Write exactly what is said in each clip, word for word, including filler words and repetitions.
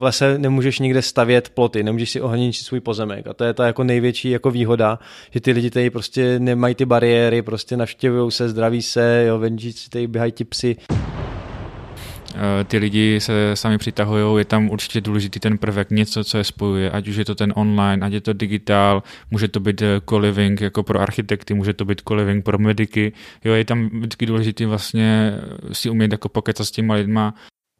V lese nemůžeš nikde stavět ploty, nemůžeš si ohraničit svůj pozemek a to je ta jako největší jako výhoda, že ty lidi tady prostě nemají ty bariéry, prostě navštěvují se, zdraví se, jo, venčí si tady běhají ti psi. Ty lidi se sami přitahují, je tam určitě důležitý ten prvek, něco, co je spojuje, ať už je to ten online, ať je to digitál, může to být co-living jako pro architekty, může to být co-living pro mediky, jo, je tam vždycky důležitý vlastně si umět jako pokecat s těma lidma.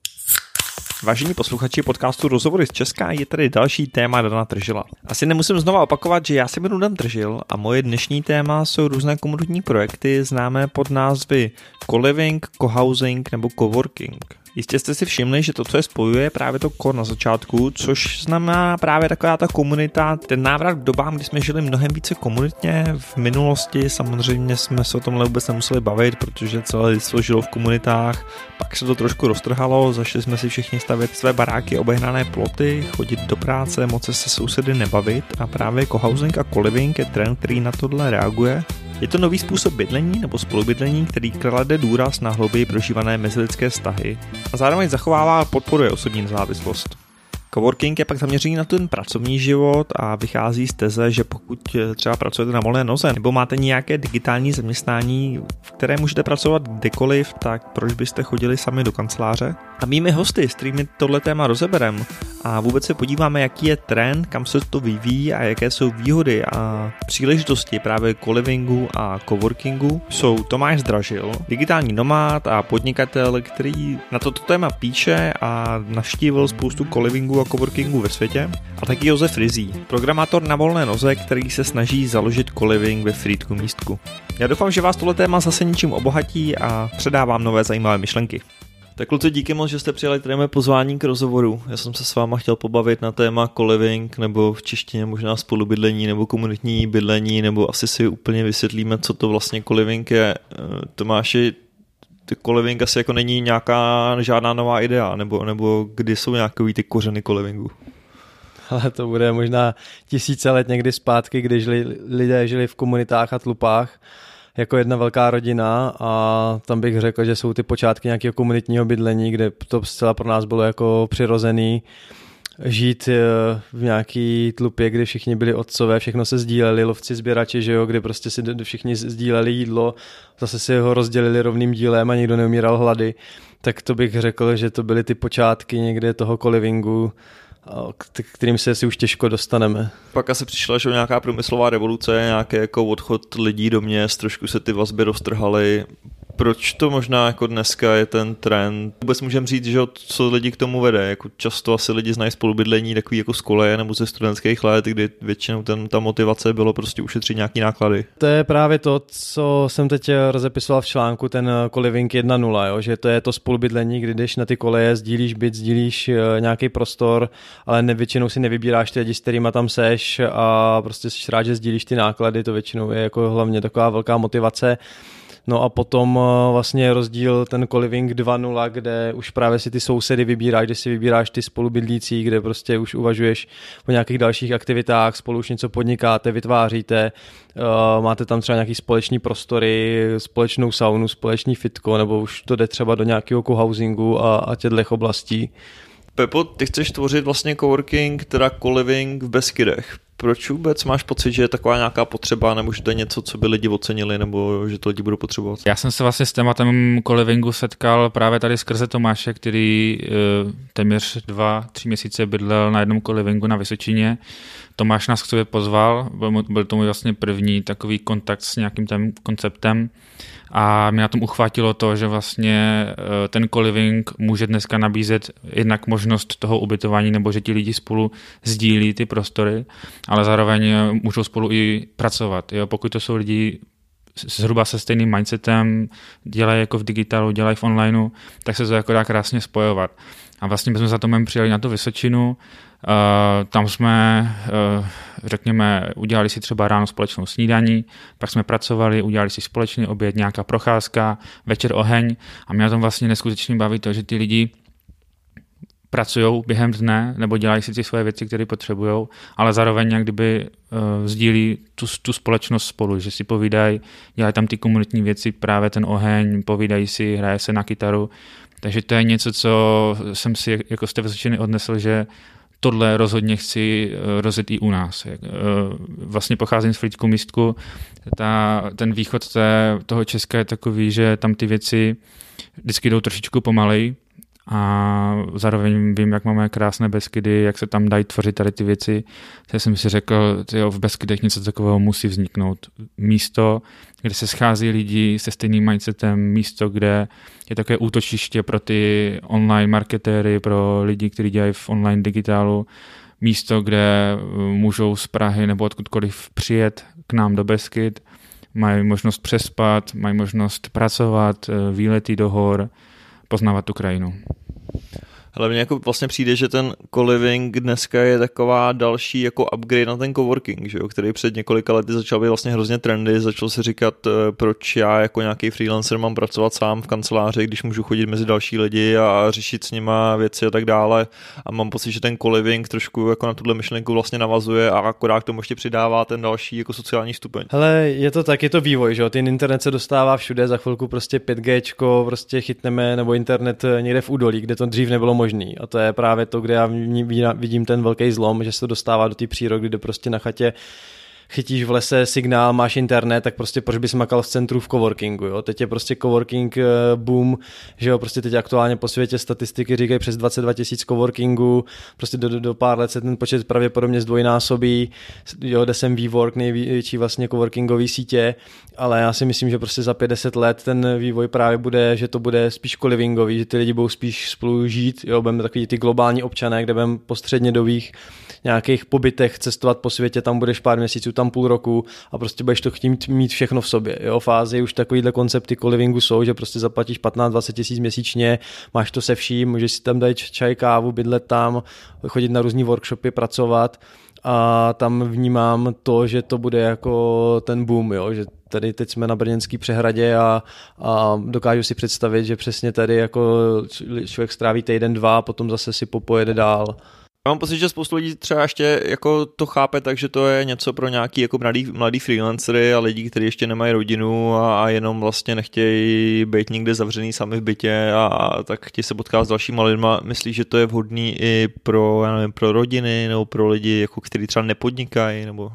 Vážení posluchači podcastu Rozhovory z Česka, je tady další téma Dana Tržila. Asi nemusím znova opakovat, že já se jmenuji Dan Tržil a moje dnešní téma jsou různé komunitní projekty známé pod názvy co-living, co-housing nebo co-working. Jistě jste si všimli, že to, co je spojuje, je právě to core na začátku, což znamená právě taková ta komunita, ten návrat k dobám, kdy jsme žili mnohem více komunitně. V minulosti samozřejmě jsme se o tomhle vůbec nemuseli bavit, protože celé lidstvo žilo v komunitách, pak se to trošku roztrhalo, zašli jsme si všichni stavět své baráky, obehnané ploty, chodit do práce, moc se sousedy nebavit a právě co-housing a co-living je trend, který na tohle reaguje. Je to nový způsob bydlení nebo spolubydlení, který klade důraz na hlouběji prožívané mezilidské vztahy a zároveň zachovává a podporuje osobní nezávislost. Coworking je pak zaměřený na ten pracovní život a vychází z teze, že pokud třeba pracujete na volné noze nebo máte nějaké digitální zaměstnání, v které můžete pracovat kdekoliv, tak proč byste chodili sami do kanceláře? A mými hosty, s kterými tohle téma rozeberem a vůbec se podíváme, jaký je trend, kam se to vyvíjí a jaké jsou výhody a příležitosti právě co-livingu a coworkingu, jsou Tomáš Zdražil, digitální nomád a podnikatel, který na toto téma píše a navštívil spoustu co-livingu a coworkingu ve světě, a taky Josef Rizí, programátor na volné noze, který se snaží založit co-living ve Frýdku Místku. Já doufám, že vás tohle téma zase něčím obohatí a předávám nové zajímavé myšlenky. Tak kluci, díky moc, že jste přijali tady mé pozvání k rozhovoru. Já jsem se s váma chtěl pobavit na téma co-living, nebo v češtině možná spolubydlení, nebo komunitní bydlení, nebo asi si úplně vysvětlíme, co to vlastně co-living je. Tomáši, co-living asi jako není nějaká žádná nová idea, nebo, nebo kdy jsou nějaký ty kořeny co-livingu? Ale to bude možná tisíce let někdy zpátky, kdy žili, lidé žili v komunitách a tlupách jako jedna velká rodina a tam bych řekl, že jsou ty počátky nějakého komunitního bydlení, kde to zcela pro nás bylo jako přirozený žít v nějaký tlupě, kdy všichni byli otcové, všechno se sdíleli, lovci, sběrači, že jo, kdy prostě si všichni sdíleli jídlo, zase si ho rozdělili rovným dílem a nikdo neumíral hlady, tak to bych řekl, že to byly ty počátky někde toho co-livingu, k kterým se asi už těžko dostaneme. Pak asi přišla že nějaká průmyslová revoluce, nějaký jako odchod lidí do měst, trošku se ty vazby roztrhaly. Proč to možná jako dneska je ten trend? Vůbec můžeme říct, že co lidi k tomu vede. Jako často asi lidi znají spolubydlení takový jako z koleje nebo ze studentských let, kdy většinou ten, ta motivace bylo prostě ušetřit nějaký náklady. To je právě to, co jsem teď rozepisoval v článku, ten co-living jedna tečka nula, jo? Že to je to spolubydlení, kdy jdeš na ty koleje, sdílíš byt, sdílíš nějaký prostor, ale ne, většinou si nevybíráš ty lidi, s kterýma tam seš a prostě jsi rád, že sdílíš ty náklady, to většinou je jako hlavně taková velká motivace. No a potom vlastně rozdíl ten co-living dva tečka nula, kde už právě si ty sousedy vybíráš, kde si vybíráš ty spolubydlící, kde prostě už uvažuješ o nějakých dalších aktivitách, spolu už něco podnikáte, vytváříte, máte tam třeba nějaký společný prostory, společnou saunu, společný fitko, nebo už to jde třeba do nějakého co-housingu a, a těchto oblastí. Pepo, ty chceš tvořit vlastně coworking, teda co-living v Beskydech. Proč vůbec máš pocit, že je taková nějaká potřeba, nebo že to je něco, co by lidi ocenili, nebo že to lidi budou potřebovat? Já jsem se vlastně s tématem co-livingu setkal právě tady skrze Tomáše, který téměř dva, tři měsíce bydlel na jednom co-livingu na Vysočině. Tomáš nás k sobě pozval, byl, byl to můj vlastně první takový kontakt s nějakým tím konceptem a mě na tom uchvátilo to, že vlastně ten co-living může dneska nabízet jednak možnost toho ubytování, nebo že ti lidi spolu sdílí ty prostory, ale zároveň můžou spolu i pracovat. Jo? Pokud to jsou lidi zhruba se stejným mindsetem, dělají jako v digitálu, dělají v onlineu, tak se to jako dá krásně spojovat. A vlastně jsme za Tomem přijeli na tu Vysočinu, Uh, tam jsme, uh, řekněme, udělali si třeba ráno společnou snídaní, pak jsme pracovali, udělali si společný oběd, nějaká procházka, večer oheň a mě na tom vlastně neskutečně baví to, že ty lidi pracují během dne nebo dělají si ty svoje věci, které potřebují, ale zároveň jak kdyby uh, sdílí tu, tu společnost spolu, že si povídají, dělají tam ty komunitní věci, právě ten oheň, povídají si, hraje se na kytaru. Takže to je něco, co jsem si jako z té Vysočiny odnesl, že tohle rozhodně chci rozjet i u nás. Vlastně pocházím z Frýdku místku, ta, ten východ té, toho Česka je takový, že tam ty věci vždycky jdou trošičku pomalej a zároveň vím, jak máme krásné Beskydy, jak se tam dají tvořit tady ty věci. Tak jsem si řekl, tyjo, v Beskydech něco takového musí vzniknout. Místo, kde se schází lidi se stejným mindsetem, místo, kde je takové útočiště pro ty online marketéry, pro lidi, kteří dělají v online digitálu, místo, kde můžou z Prahy nebo odkudkoliv přijet k nám do Beskyd, mají možnost přespat, mají možnost pracovat, výlety do hor, poznávat tu krajinu. Ale mně jako vlastně přijde, že ten co-living dneska je taková další jako upgrade na ten coworking, že jo, který před několika lety začal být vlastně hrozně trendy, začal se říkat, proč já jako nějaký freelancer mám pracovat sám v kanceláři, když můžu chodit mezi další lidi a řešit s nima věci a tak dále. A mám pocit, že ten co-living trošku jako na tuhle myšlenku vlastně navazuje a akorát k tomu ještě přidává ten další jako sociální stupeň. Hele, je to tak, je to vývoj, že jo, ten internet se dostává všude, za chvilku prostě pět G prostě chytneme, nebo internet někde v údolí, kde to dřív nebylo možný. A to je právě to, kde já vidím ten velký zlom, že se to dostává do té přírody, kde prostě na chatě chytíš v lese signál, máš internet, tak prostě proč bys makal v centru v coworkingu, jo? Teď je prostě coworking boom, že jo, prostě teď aktuálně po světě statistiky říkají přes dvacet dva tisíc coworkingů, prostě do, do, do pár let se ten počet pravděpodobně zdvojnásobí, jo, jde sem WeWork, největší vlastně coworkingový sítě, ale já si myslím, že prostě za padesát let ten vývoj právě bude, že to bude spíš co-livingový, že ty lidi budou spíš spolu žít, jo, budeme takový ty globální občané, kde budeme po střednědobých nějakých pobytech cestovat po světě, tam budeš pár měsíců, tam půl roku a prostě budeš to chtít mít všechno v sobě. Jo, fázi už takovýhle koncepty co-livingu jsou, že prostě zaplatíš patnáct dvacet tisíc měsíčně, máš to se vším, můžeš si tam dát čaj, kávu, bydlet tam, chodit na různý workshopy, pracovat a tam vnímám to, že to bude jako ten boom, jo, že tady teď jsme na Brněnský přehradě a, a dokážu si představit, že přesně tady jako člověk stráví týden, dva a potom zase si popojede dál. Já mám pocit, že spoustu lidí třeba ještě jako to chápe tak, že to je něco pro nějaký jako mladý, mladý freelancery a lidi, kteří ještě nemají rodinu a, a jenom vlastně nechtějí být někde zavřený sami v bytě a, a tak chtějí se potkat s dalšíma lidma. Myslíš, že to je vhodný i pro, já nevím, pro rodiny nebo pro lidi, jako kteří třeba nepodnikají nebo...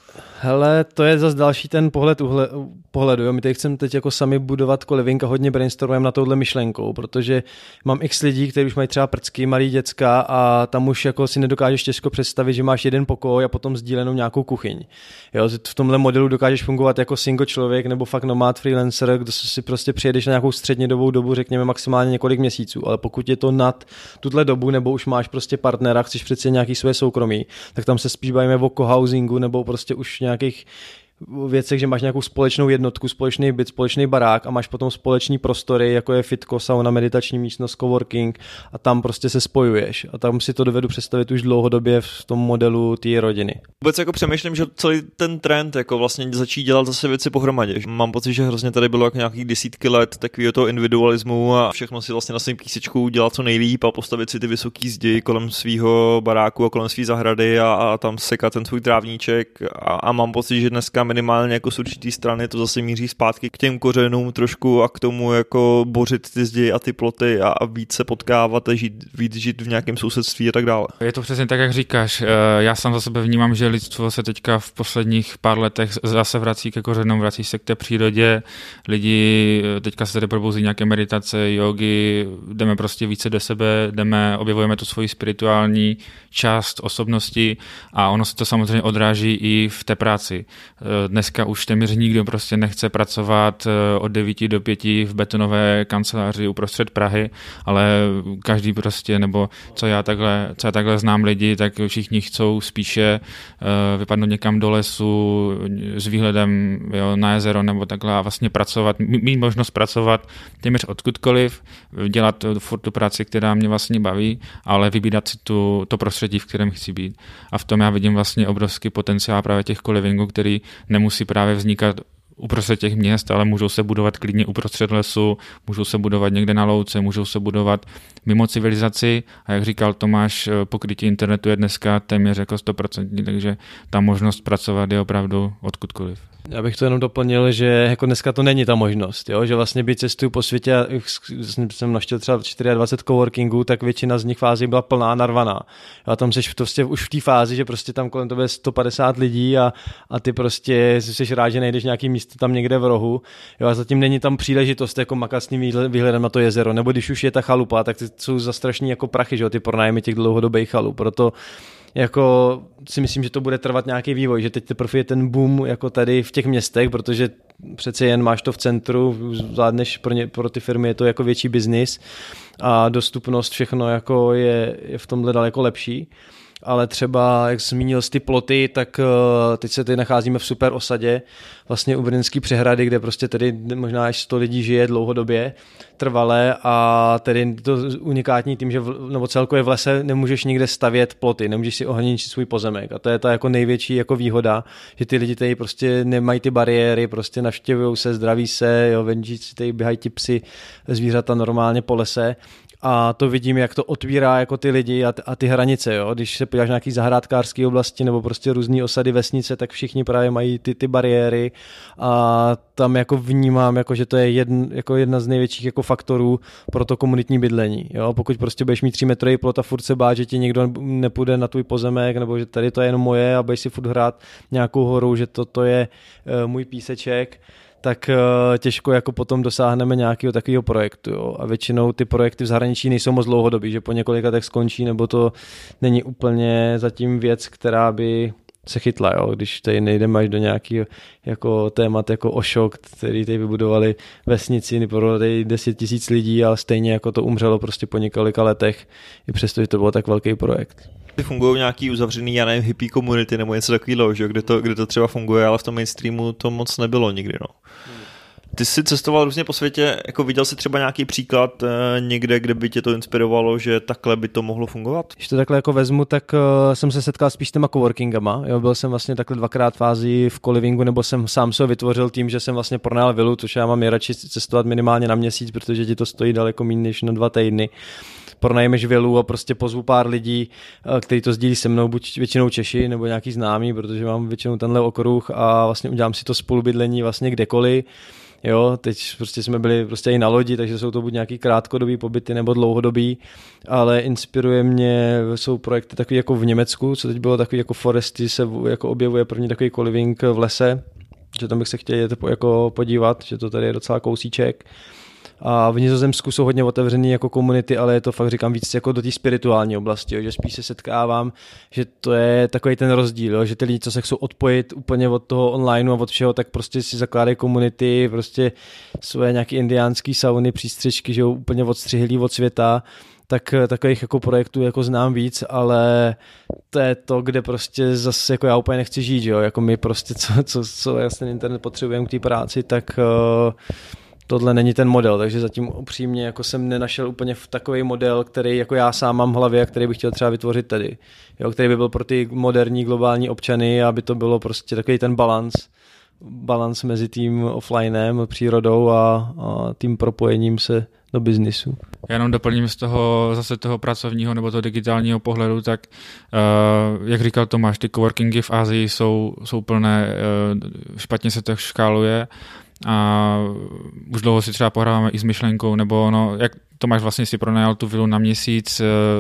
Hele, to je zase další ten pohled uhle, pohledu. Jo. My teď chceme teď jako sami budovat co-living a hodně brainstormujeme na touhle myšlenkou, protože mám x lidí, kteří už mají třeba prcky, malý děcka a tam už jako si nedokážeš těžko představit, že máš jeden pokoj a potom sdílenou nějakou kuchyň. Jo, v tomhle modelu dokážeš fungovat jako single člověk nebo fakt nomad freelancer, kdo si prostě přijedeš na nějakou střednědobou dobu, řekněme maximálně několik měsíců, ale pokud je to nad tuhle dobu nebo už máš prostě partnera, chceš přece nějaký své soukromí, tak tam se spíš bavíme o co-housingu nebo prostě už nějakých věcech, že máš nějakou společnou jednotku, společný byt, společný barák a máš potom společný prostory, jako je fitko, sauna, meditační místnost, coworking a tam prostě se spojuješ a tam si to dovedu představit už dlouhodobě v tom modelu té rodiny. Vůbec jako přemýšlím, že celý ten trend jako vlastně začít dělat zase věci pohromadě. Mám pocit, že hrozně tady bylo jako nějakých desítky let takového toho individualismu a všechno si vlastně na svém písečku dělat co nejlíp a postavit si ty vysoký zdi kolem svého baráku a kolem své zahrady a, a tam sekat ten svůj trávníček a, a mám pocit, že dneska minimálně jako z určitý strany to zase míří zpátky k těm kořenům trošku a k tomu jako bořit ty zdi a ty ploty a, a víc se potkávat a žít, víc žít v nějakém sousedství a tak dále. Je to přesně tak, jak říkáš. Já sám za sebe vnímám, že lidstvo se teďka v posledních pár letech zase vrací ke kořenům, vrací se k té přírodě. Lidi teďka se tady probouzí nějaké meditace, jogy, jdeme prostě více do sebe, jdeme, objevujeme tu svoji spirituální část osobnosti a ono se to samozřejmě odráží i v té práci. Dneska už téměř nikdo prostě nechce pracovat od devíti do pěti v betonové kanceláři uprostřed Prahy, ale každý prostě, nebo co já takhle, co já takhle znám lidi, tak všichni chcou spíše vypadnout někam do lesu s výhledem, jo, na jezero nebo takhle a vlastně pracovat, mít možnost pracovat téměř odkudkoliv, dělat furt tu práci, která mě vlastně baví, ale vybírat si tu, to prostředí, v kterém chci být. A v tom já vidím vlastně obrovský potenciál právě těch co-livingů, který nemusí právě vznikat uprostřed těch měst, ale můžou se budovat klidně uprostřed lesu, můžou se budovat někde na louce, můžou se budovat mimo civilizaci a jak říkal Tomáš, pokrytí internetu je dneska téměř jako stoprocentní, takže ta možnost pracovat je opravdu odkudkoliv. Já bych to jenom doplnil, že jako dneska to není ta možnost, jo? Že vlastně být cestuju po světě, a jsem naštěl třeba dvacet čtyři coworkingů, tak většina z nich fází byla plná, narvaná. A tam seš prostě už v té fázi, že prostě tam kolem tebe je sto padesát lidí a, a ty prostě jsi rád, že nejdeš nějaký místo tam někde v rohu. Jo? A zatím není tam příležitost jako makat s tím výhledem na to jezero, nebo když už je ta chalupa, tak ty jsou za strašný jako prachy, že jo? Ty pronájmy těch dlouhodobých chalup, proto jako si myslím, že to bude trvat nějaký vývoj, že teď teprve je ten boom jako tady v těch městech, protože přece jen máš to v centru, zvládneš pro, ně, pro ty firmy je to jako větší biznis a dostupnost všechno jako je, je v tomhle daleko lepší. Ale třeba, jak zmínil z ty ploty, tak uh, teď se tady nacházíme v super osadě, vlastně u Brněnský přehrady, kde prostě tady možná až sto lidí žije dlouhodobě, trvalé a tedy to unikátní tím, že v, nebo celkově v lese nemůžeš nikde stavět ploty, nemůžeš si ohraničit svůj pozemek a to je ta jako největší jako výhoda, že ty lidi tady prostě nemají ty bariéry, prostě navštěvují se, zdraví se, jo, venčí si tady běhají ti psi, zvířata normálně po lese. A to vidím, jak to otvírá jako ty lidi a, t- a ty hranice. Jo? Když se podíváš na nějaký zahrádkářské oblasti nebo prostě různý osady, vesnice, tak všichni právě mají ty, ty bariéry a tam jako vnímám, jako, že to je jedn, jako jedna z největších jako faktorů pro to komunitní bydlení. Jo? Pokud prostě budeš mít tři metrový plot a furt se bát, že ti někdo nepůjde na tvůj pozemek nebo že tady to je jenom moje a budeš si furt hrát nějakou horou, že toto je uh, můj píseček, tak uh, těžko jako potom dosáhneme nějakého takového projektu. Jo? A většinou ty projekty v zahraničí nejsou moc dlouhodobý, že po několika letech skončí, nebo to není úplně zatím věc, která by se chytla, jo? Když tady nejdeme až do nějakého jako témat jako Ošok, který tady vybudovali vesnici, pro tady deset tisíc lidí, ale stejně jako to umřelo prostě po několika letech, i přesto, že to byl tak velký projekt. Fungují nějaký uzavřený, já nevím, hippie komunity nebo něco takového, že? Kde, to, kde to třeba funguje, ale v tom mainstreamu to moc nebylo nikdy. No. Ty jsi cestoval různě po světě, jako viděl jsi třeba nějaký příklad eh, někde, kde by tě to inspirovalo, že takhle by to mohlo fungovat? Když to takhle jako vezmu, tak uh, jsem se setkal spíš s těma coworkingama. Jo, byl jsem vlastně takhle dvakrát v Ázii v co-livingu, nebo jsem sám se vytvořil tím, že jsem vlastně pronajal vilu, což já mám je radši cestovat minimálně na měsíc, protože ti to stojí daleko méně než na dva týdny. Pronajmeš vilu a prostě pozvu pár lidí, kteří to sdílí se mnou, buď většinou Češi nebo nějaký známí, protože mám většinou tenhle okruh a vlastně udělám si to spolubydlení vlastně kdekoliv. Jo, teď prostě jsme byli prostě i na lodi, takže jsou to buď nějaký krátkodobý pobyty nebo dlouhodobý, ale inspiruje mě, jsou projekty takový jako v Německu, co teď bylo takový jako Foresty, se jako objevuje první takový co-living v lese, že tam bych se chtěl jako podívat, že to tady je docela kousíček. A v Nizozemsku jsou hodně otevřený jako komunity, ale je to fakt říkám víc jako do té spirituální oblasti, jo, že spíš se setkávám, že to je takový ten rozdíl, jo, že ty lidi, co se chcou odpojit úplně od toho online a od všeho, tak prostě si zakládají komunity, prostě svoje nějaké indiánské sauny, přístřečky, že jo, úplně odstřihlí od světa. Tak takových jako projektů jako znám víc, ale to je to, kde prostě zase jako já úplně nechci žít, jo, jako my prostě, co, co, co jasný internet potřebujeme k té práci, tak uh, tohle není ten model, takže zatím upřímně jako jsem nenašel úplně v takový model, který jako já sám mám v hlavě a který bych chtěl třeba vytvořit tady, jo, který by byl pro ty moderní globální občany, aby to bylo prostě takový ten balans, balans mezi tím offlinem, přírodou a, a tím propojením se do biznisu. Já jenom doplním z toho zase toho pracovního nebo toho digitálního pohledu, tak uh, jak říkal Tomáš, ty coworkingy v Asii jsou, jsou plné, uh, špatně se to škáluje a už dlouho si třeba pohráváme i s myšlenkou, nebo no, jak Tomáš vlastně si pronajal tu vilu na měsíc,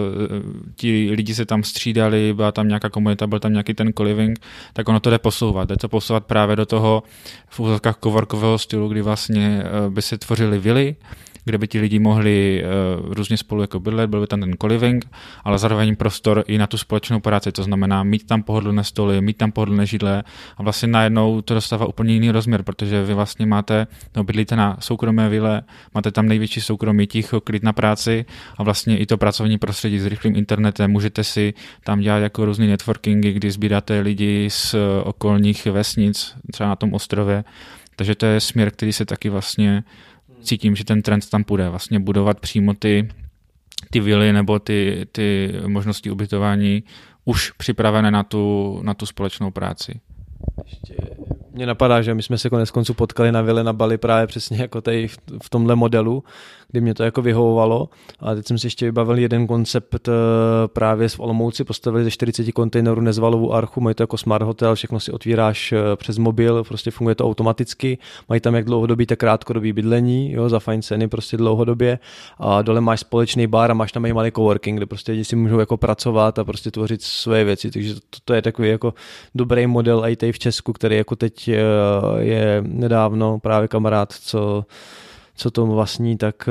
ti lidi se tam střídali, byla tam nějaká komunita, byl tam nějaký ten co-living, tak ono to jde posouvat. Jde to posouvat právě do toho v úzovkách coworkového stylu, kdy vlastně by se tvořily vily, kde by ti lidi mohli uh, různě spolu jako bydlet, byl by tam ten co-living, ale zároveň prostor i na tu společnou práci, to znamená mít tam pohodlné stoly, mít tam pohodlné židle a vlastně najednou to dostává úplně jiný rozměr, protože vy vlastně máte, no bydlíte na soukromé vile, máte tam největší soukromí, ticho, klid na práci a vlastně i to pracovní prostředí s rychlým internetem, můžete si tam dělat jako různý networkingy, kdy sbíráte lidi z okolních vesnic, třeba na tom ostrově, takže to je směr, který se taky vlastně cítím, že ten trend tam půjde, vlastně budovat přímo ty, ty vily nebo ty, ty možnosti ubytování už připravené na tu, na tu společnou práci. Ještě Mně napadá, že my jsme se konec konců potkali na vile na Bali právě přesně jako tady v, v tomhle modelu, kdy mě to jako vyhovovalo. A teď jsem si ještě vybavil jeden koncept právě v Olomouci, postavili ze čtyřicet kontejnerů Nezvalovou archu, mají to jako smart hotel, všechno si otvíráš přes mobil, prostě funguje to automaticky, mají tam jak dlouhodobý, tak krátkodobý bydlení, jo, za fajn ceny prostě dlouhodobě. A dole máš společný bar a máš tam i malý coworking, kde prostě lidi si můžou jako pracovat a prostě tvořit své věci, takže to, to je takový jako dobrý model i tady v Česku, který jako teď je nedávno právě kamarád, co, co to vlastní, tak,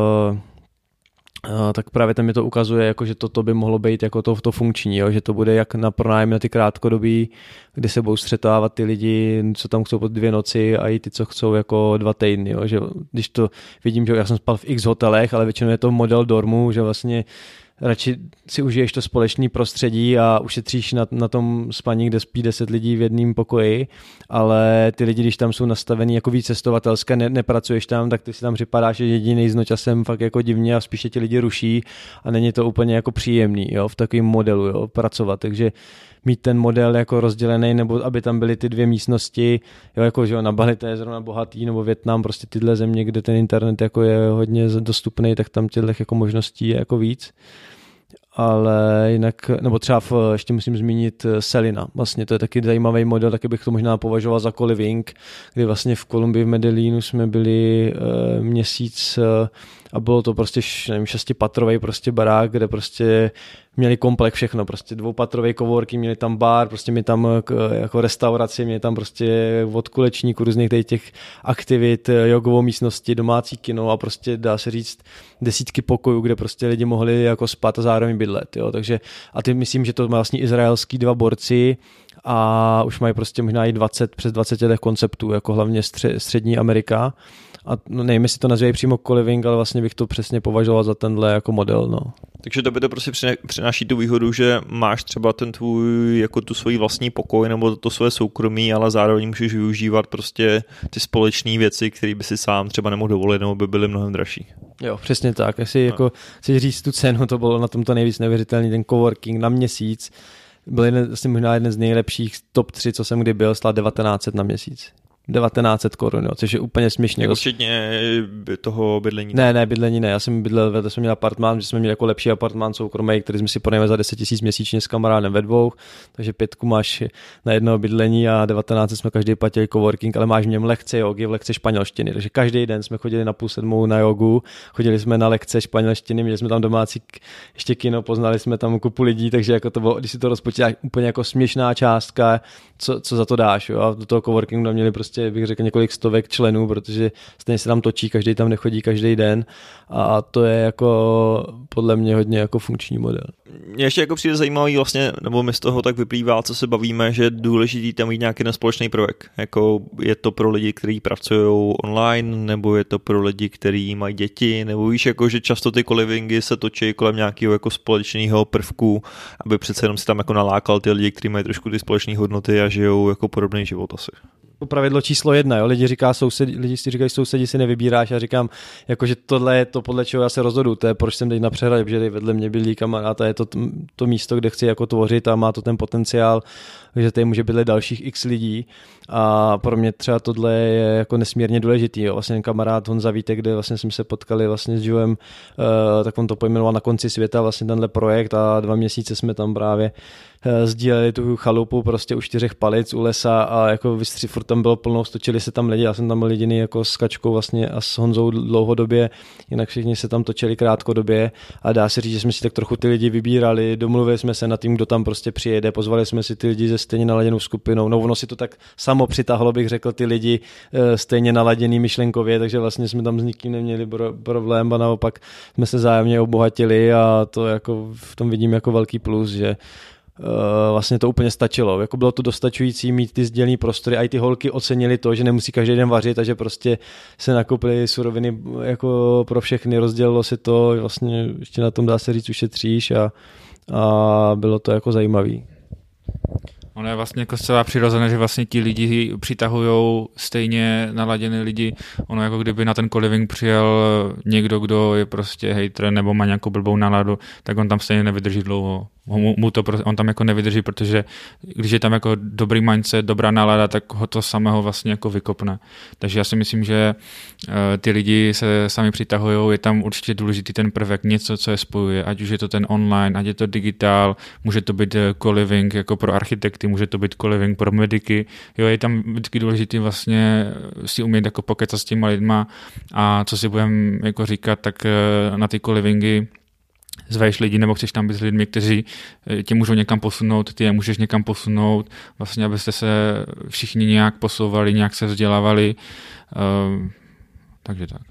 tak právě tam mi to ukazuje, jako, že toto by mohlo být jako to, to funkční, jo? Že to bude jak na pronájem na ty krátkodobí, kde se budou střetávat ty lidi, co tam chcou pod dvě noci a i ty, co chcou jako dva týdny. Jo? Že když to vidím, že já jsem spal v x hotelech, ale většinou je to model dormu, že vlastně radši si užiješ to společné prostředí a ušetříš na, na tom spaní, kde spí deset lidí v jednom pokoji, ale ty lidi, když tam jsou nastavený jako víc cestovatelské, ne, nepracuješ tam, tak ty si tam připadáš, že jediný s nočasem fakt jako divně a spíše ti lidi ruší a není to úplně jako příjemný, jo, v takovém modelu, jo, pracovat, takže mít ten model jako rozdělený, nebo aby tam byly ty dvě místnosti, jo, jako že jo, na Bali to je zrovna bohatý, nebo Vietnam, prostě tyhle země, kde ten internet jako je hodně dostupný, tak tam těchto jako možností je jako víc. Ale jinak, nebo třeba v, ještě musím zmínit Selina, vlastně to je taky zajímavý model, taky bych to možná považoval za co-living, kdy vlastně v Kolumbii v Medellínu jsme byli e, měsíc e, a bylo to prostě nevím, šestipatrový prostě barák, kde prostě měli komplet všechno, prostě dvoupatrový coworking, měli tam bar, prostě měli tam jako restauraci, měli tam prostě od kulečníků různých těch aktivit, jogovou místnosti, domácí kino a prostě dá se říct desítky pokojů, kde prostě lidi mohli jako spát a zároveň bydlet, jo, takže a ty myslím, že to má vlastně izraelský dva borci a už mají prostě možná i dvacet, přes dvacet let konceptů, jako hlavně střed, střední Amerika. A no, nevím, jestli to nazývají přímo co-living, ale vlastně bych to přesně považoval za tenhle jako model, no. Takže to by to prostě přináší tu výhodu, že máš třeba ten tvůj, jako tu svoji vlastní pokoj nebo to své soukromí, ale zároveň můžeš využívat prostě ty společné věci, které by si sám třeba nemohl dovolit, nebo by byly mnohem dražší. Jo, přesně tak. Jestli no. jako chceš říct tu cenu, to bylo na tomto nejvíc neuvěřitelný, ten coworking na měsíc, byl jeden, asi možná jeden z nejlepších top tři, co jsem kdy byl, stál devatenáct set na měsíc. devatenáct set korun, jo, což je úplně směšně. Jako včetně toho bydlení? Ne, ne, bydlení ne, já jsem bydlel, vedle jsme měli apartmán, že jsme měli jako lepší apartmán soukromý, který jsme si pronajali za deset tisíc měsíčně s kamarádem ve dvou, takže pětku máš na jedno bydlení a devatenáct jsme každý platili coworking, ale máš v něm lekce jogy, v lekce španělštiny, takže každý den jsme chodili na půl sedmou na jogu, chodili jsme na lekce španělštiny, měli jsme tam domácí ještě kino, poznali jsme tam kupu lidí, takže jako to bylo, když si to rozpočítáš, úplně jako směšná částka, co, co za to dáš, jo, a do toho coworkingu měli prostě bych řekl několik stovek členů, protože stejně se tam točí, každý tam nechodí každý den a to je jako podle mě hodně jako funkční model. Mně ještě jako přijde zajímavý vlastně, nebo mi z toho tak vyplývá, co se bavíme, že je důležitý tam mít nějaký ten společný projekt. Jako je to pro lidi, kteří pracují online, nebo je to pro lidi, kteří mají děti, nebo víš, jako, že často ty co-livingy se točí kolem nějakého jako společného prvku, aby přece jenom si tam jako nalákal ty lidi, kteří mají trošku ty společné hodnoty a žijou jako podobný život asi. Pravidlo číslo jedna, jo? Lidi, říká sousedi, lidi si říkají, sousedi si nevybíráš a říkám, jako, že tohle je to, podle čeho já se rozhodu, to je, proč jsem teď na přehradě, protože tady vedle mě bydlí kamarád a je to to místo, kde chci jako tvořit a má to ten potenciál, že tady může bydlet dalších x lidí a pro mě třeba tohle je jako nesmírně důležitý, jo? Vlastně kamarád Honza Vítek, kde vlastně jsme se potkali vlastně s Joem, uh, tak on to pojmenoval Na konci světa, vlastně tenhle projekt a dva měsíce jsme tam právě sdíleli tu chalupu prostě u čtyřech palic u lesa a jako vystři, furt tam bylo plno, stočili se tam lidi, já jsem tam byl jediný jako s Kačkou vlastně a s Honzou dlouhodobě, jinak všichni se tam točili krátkodobě a dá se říct, že jsme si tak trochu ty lidi vybírali, domluvili jsme se na tím, kdo tam prostě přijede, pozvali jsme si ty lidi ze stejně naladěnou skupinou, no ono si to tak samo přitáhlo, bych řekl, ty lidi stejně naladěný myšlenkově, takže vlastně jsme tam s nikým neměli problém a naopak jsme se zájemně obohatili a to jako v tom vidím jako velký plus, že Uh, vlastně to úplně stačilo. Jako bylo to dostačující mít ty sdělený prostory a i ty holky ocenili to, že nemusí každý den vařit a že prostě se nakoupily suroviny jako pro všechny, rozdělilo se to, vlastně ještě na tom dá se říct ušetříš a, a bylo to jako zajímavý. Ono je vlastně jako zcela přirozené, že vlastně ti lidi přitahují stejně naladěné lidi. Ono jako kdyby na ten co-living přijel někdo, kdo je prostě hejtr nebo má nějakou blbou náladu, tak on tam stejně nevydrží dlouho. Mu, mu to, on tam jako nevydrží, protože když je tam jako dobrý mindset, dobrá nálada, tak ho to samého vlastně jako vykopne. Takže já si myslím, že uh, ty lidi se sami přitahují, je tam určitě důležitý ten prvek, něco, co je spojuje, ať už je to ten online, ať je to digitál, může to být co-living jako pro architekty, může to být co-living pro mediky, jo, je tam vždycky důležitý vlastně si umět jako pokecat s těma lidma a co si budeme jako říkat, tak uh, na ty co-livingy zveš lidi, nebo chceš tam být s lidmi, kteří tě můžou někam posunout, ty je můžeš někam posunout, vlastně abyste se všichni nějak posouvali, nějak se vzdělávali, uh, takže tak.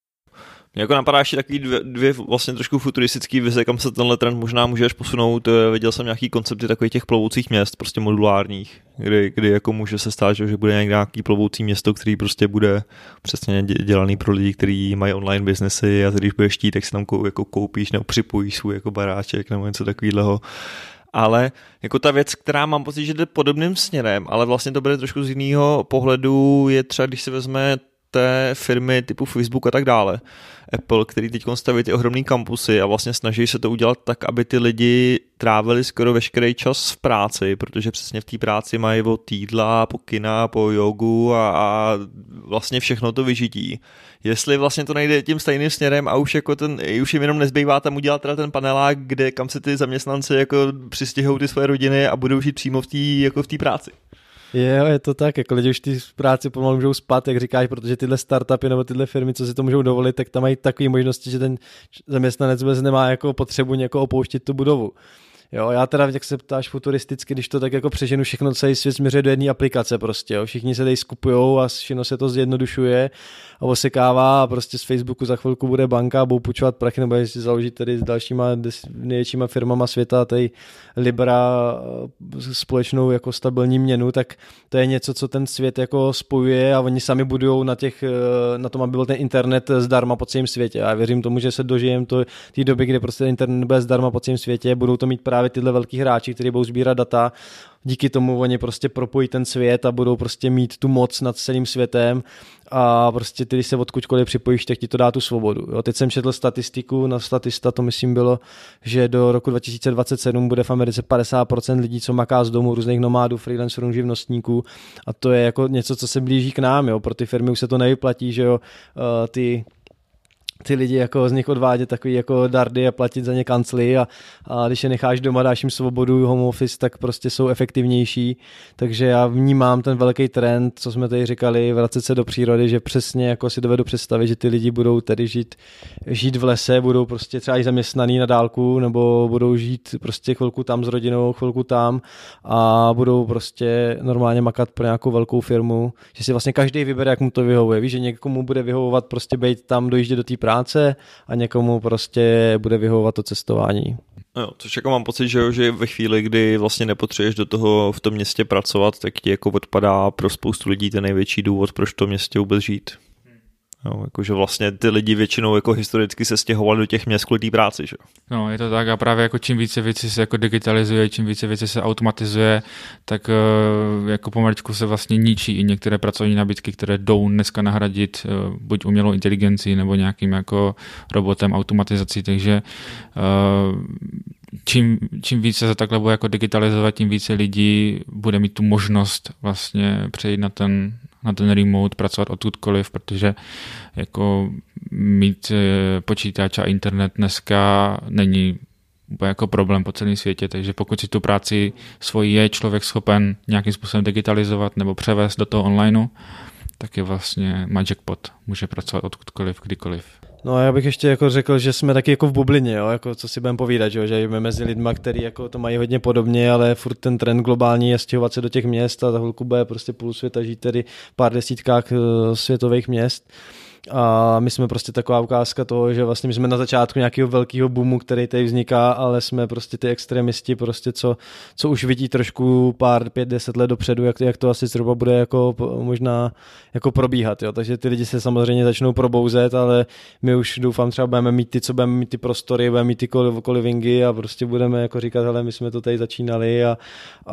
Mě jako napadá ještě takový dvě, dvě vlastně trošku futuristický vize, kam se tenhle trend možná může až posunout. Viděl jsem nějaký koncepty takových těch plovoucích měst, prostě modulárních, kdy, kdy jako může se stát, že bude nějaký plovoucí město, který prostě bude přesně dělaný pro lidi, kteří mají online biznesy a když budeš chtít, tak si tam jako koupíš nebo připojíš svůj jako baráček nebo něco takového. Ale jako ta věc, která mám pocit, že jde podobným směrem, ale vlastně to bude trošku z jiného pohledu, je třeba, když se vezme té firmy typu Facebook a tak dále, Apple, který teď staví ty ohromný kampusy a vlastně snaží se to udělat tak, aby ty lidi trávili skoro veškerý čas v práci, protože přesně v té práci mají od jídla, po kina, po jogu a, a vlastně všechno to vyžití. Jestli vlastně to nejde tím stejným směrem a už jako ten, už jim jenom nezbývá tam udělat teda ten panelák, kde kam se ty zaměstnanci jako přistěhují ty své rodiny a budou žít přímo v té jako v té práci. Jo, je to tak, jako lidi už ty práci pomalu můžou spát, jak říkáš, protože tyhle startupy nebo tyhle firmy, co si to můžou dovolit, tak tam mají takové možnosti, že ten zaměstnanec vůbec nemá jako potřebu někoho opouštět tu budovu. Jo, já teda, jak se ptáš futuristicky, když to tak jako přeženu, všechno celý svět směřuje do jedné aplikace prostě, jo. Všichni se tady skupujou a všechno se to zjednodušuje a osekává a prostě z Facebooku za chvilku bude banka a budou půjčovat prachy, nebo jestli založit tady s dalšíma největšíma firmama světa, tady Libra, společnou jako stabilní měnu, tak to je něco, co ten svět jako spojuje a oni sami budujou na těch, na tom, aby byl ten internet zdarma po celém světě. A já věřím tomu, že se dožijeme to té doby, kdy prostě internet bude zdarma po celém světě, budou to mít právě tyhle velký hráči, kteří budou sbírat data, díky tomu oni prostě propojí ten svět a budou prostě mít tu moc nad celým světem a prostě ty, když se odkudkoliv připojíš, tak ti to dá tu svobodu. Jo, teď jsem četl statistiku, na Statista to myslím bylo, že do roku dva tisíce dvacet sedm bude v Americe padesát procent lidí, co maká z domu, různých nomádů, freelancerů, živnostníků a to je jako něco, co se blíží k nám, jo, pro ty firmy už se to nevyplatí, že jo, uh, ty ty lidi jako z nich odvádět takový jako dardy a platit za ně kancly a, a když je necháš doma, dáš jim svobodu, home office, tak prostě jsou efektivnější, takže já vnímám ten velký trend, co jsme tady říkali, vracet se do přírody, že přesně jako si dovedu představit, že ty lidi budou tady žít, žít v lese, budou prostě třeba i zaměstnaný na dálku, nebo budou žít prostě chvilku tam s rodinou, chvilku tam a budou prostě normálně makat pro nějakou velkou firmu, že si vlastně každý vybere, jak mu to vyhovuje, víš, že někomu bude vyhovovat prostě být tam, dojíždět do té práce a někomu prostě bude vyhovovat to cestování. Jo, což jako mám pocit, že, že ve chvíli, kdy vlastně nepotřebuješ do toho v tom městě pracovat, tak ti jako odpadá pro spoustu lidí ten největší důvod, proč v tom městě vůbec žít. Jo, jakože vlastně ty lidi většinou jako historicky se stěhovali do těch měst kvůli té práci, že? No, je to tak a právě jako čím více věcí se jako digitalizuje, čím více věcí se automatizuje, tak jako pomaličku se vlastně ničí i některé pracovní nabídky, které jdou dneska nahradit buď umělou inteligencí nebo nějakým jako robotem, automatizací, takže čím, čím více se takhle bude jako digitalizovat, tím více lidí bude mít tu možnost vlastně přejít na ten na ten remote, pracovat odkudkoliv, protože jako mít počítač a internet dneska není jako problém po celém světě, takže pokud si tu práci svoji je člověk schopen nějakým způsobem digitalizovat nebo převést do toho onlineu, tak je vlastně má jackpot, může pracovat odkudkoliv, kdykoliv. No a já bych ještě jako řekl, že jsme taky jako v bublině, jo? Jako co si budeme povídat, že, že jsme mezi lidma, kteří jako to mají hodně podobně, ale furt ten trend globální je stěhovat se do těch měst a za chvilku bude prostě půl světa žít tedy v pár desítkách uh, světových měst. A my jsme prostě taková ukázka toho, že vlastně my jsme na začátku nějakého velkého boomu, který tady vzniká, ale jsme prostě ty extremisti, prostě co, co už vidí trošku pár, pět, deset let dopředu, jak, jak to asi zhruba bude jako možná jako probíhat, jo. Takže ty lidi se samozřejmě začnou probouzet, ale my už doufám třeba budeme mít ty, co budeme mít ty prostory, budeme mít ty kolivingy a prostě budeme jako říkat, hele, my jsme to tady začínali a,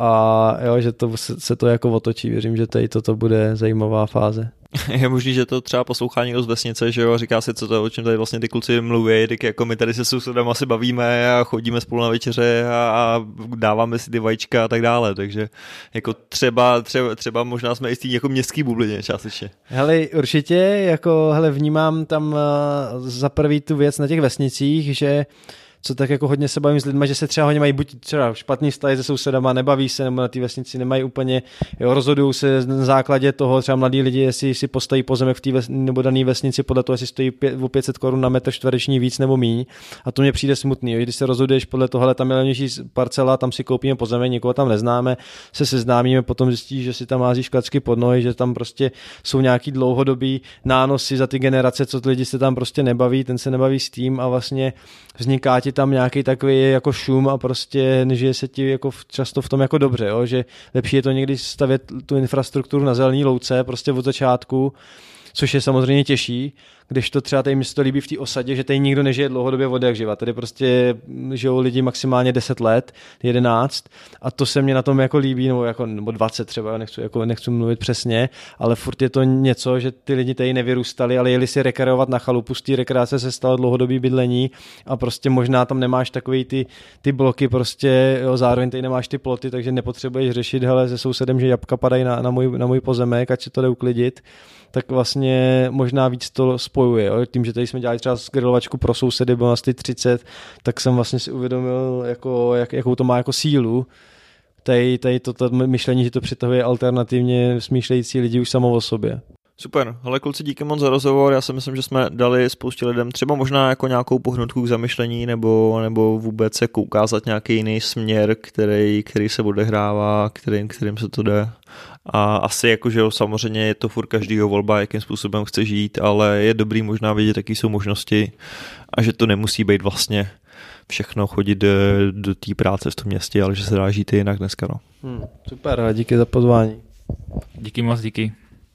a jo, že to se, se to jako otočí. Věřím, že tady toto bude zajímavá fáze. Je možný, že to třeba poslouchá někdo z vesnice, že jo, říká si, co to, o čem tady vlastně ty kluci mluví, tak jako my tady se sousedem asi bavíme a chodíme spolu na večeře a, a dáváme si ty vajíčka a tak dále, takže jako třeba, třeba, třeba možná jsme i z té jako městský bublině částečně. Hele, určitě, jako hele, vnímám tam uh, za prvý tu věc na těch vesnicích, že co tak jako hodně se bavím s lidmi, že se třeba hodně mají buď třeba špatný vztahy se sousedama, nebaví se, nebo na té vesnici nemají úplně, jo, rozhodují se na základě toho, třeba mladí lidi, jestli si postaví pozemek v té ves, nebo dané vesnici podle toho, jestli stojí pě, o pět set korun na metr čtvereční víc nebo míň. A to mě přijde smutný, jo, když se rozhoduješ podle toho, tam je levnější parcela, tam si koupíme pozemek, nikoho tam neznáme, se seznámíme, potom zjistíš, že si tam házíš klacky pod nohy, že tam prostě jsou nějaký dlouhodobý nánosy za ty generace, co ty lidi se tam prostě nebaví, ten se nebaví s tím a vlastně vzniká ti tam nějaký takový jako šum a prostě nežije se ti jako často v tom jako dobře, jo? Že lepší je to někdy stavět tu infrastrukturu na zelený louce prostě od začátku, což je samozřejmě těžší, když to třeba tady mi se to líbí v té osadě, že tady nikdo nežije dlouhodobě od jak živa. Tady prostě žijou lidi maximálně deset let, jedenáct a to se mně na tom jako líbí, nebo, jako, nebo dvacet třeba, nechci, jako, nechci mluvit přesně, ale furt je to něco, že ty lidi tady nevyrůstali, ale jeli si rekreovat na chalupu, z té rekreace se stalo dlouhodobý bydlení a prostě možná tam nemáš takový ty, ty bloky, prostě jo, zároveň tady nemáš ty ploty, takže nepotřebuješ řešit, hele, se sousedem, že jabka padají na, na, můj, na můj pozemek, ať se to jde uklidit, tak vlastně možná víc to spojuje. Jo? Tím, že tady jsme dělali třeba grilovačku pro sousedy, bylo nás ty třicet, tak jsem vlastně si uvědomil, jako, jak, jakou to má jako sílu. Tady, tady to, to myšlení, že to přitahuje alternativně smýšlející lidi už samo o sobě. Super, hele kluci, díky moc za rozhovor, já si myslím, že jsme dali spoustě lidem třeba možná jako nějakou pohnutku k zamyšlení nebo, nebo vůbec jako ukázat nějaký jiný směr, který, který se odehrává, kterým, kterým se to jde. A asi jako, že jo, samozřejmě je to furt každýho volba, jakým způsobem chce žít, ale je dobrý možná vidět, jaký jsou možnosti a že to nemusí být vlastně všechno chodit do, do té práce v tom městě, ale že se dá žít i jinak dneska. No. Hmm, super, díky za pozvání. Díky moc, díky.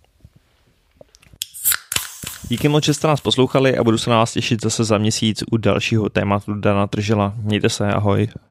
Díky moc, že jste nás poslouchali a budu se na vás těšit zase za měsíc u dalšího tématu Dana Tržila. Mějte se, ahoj.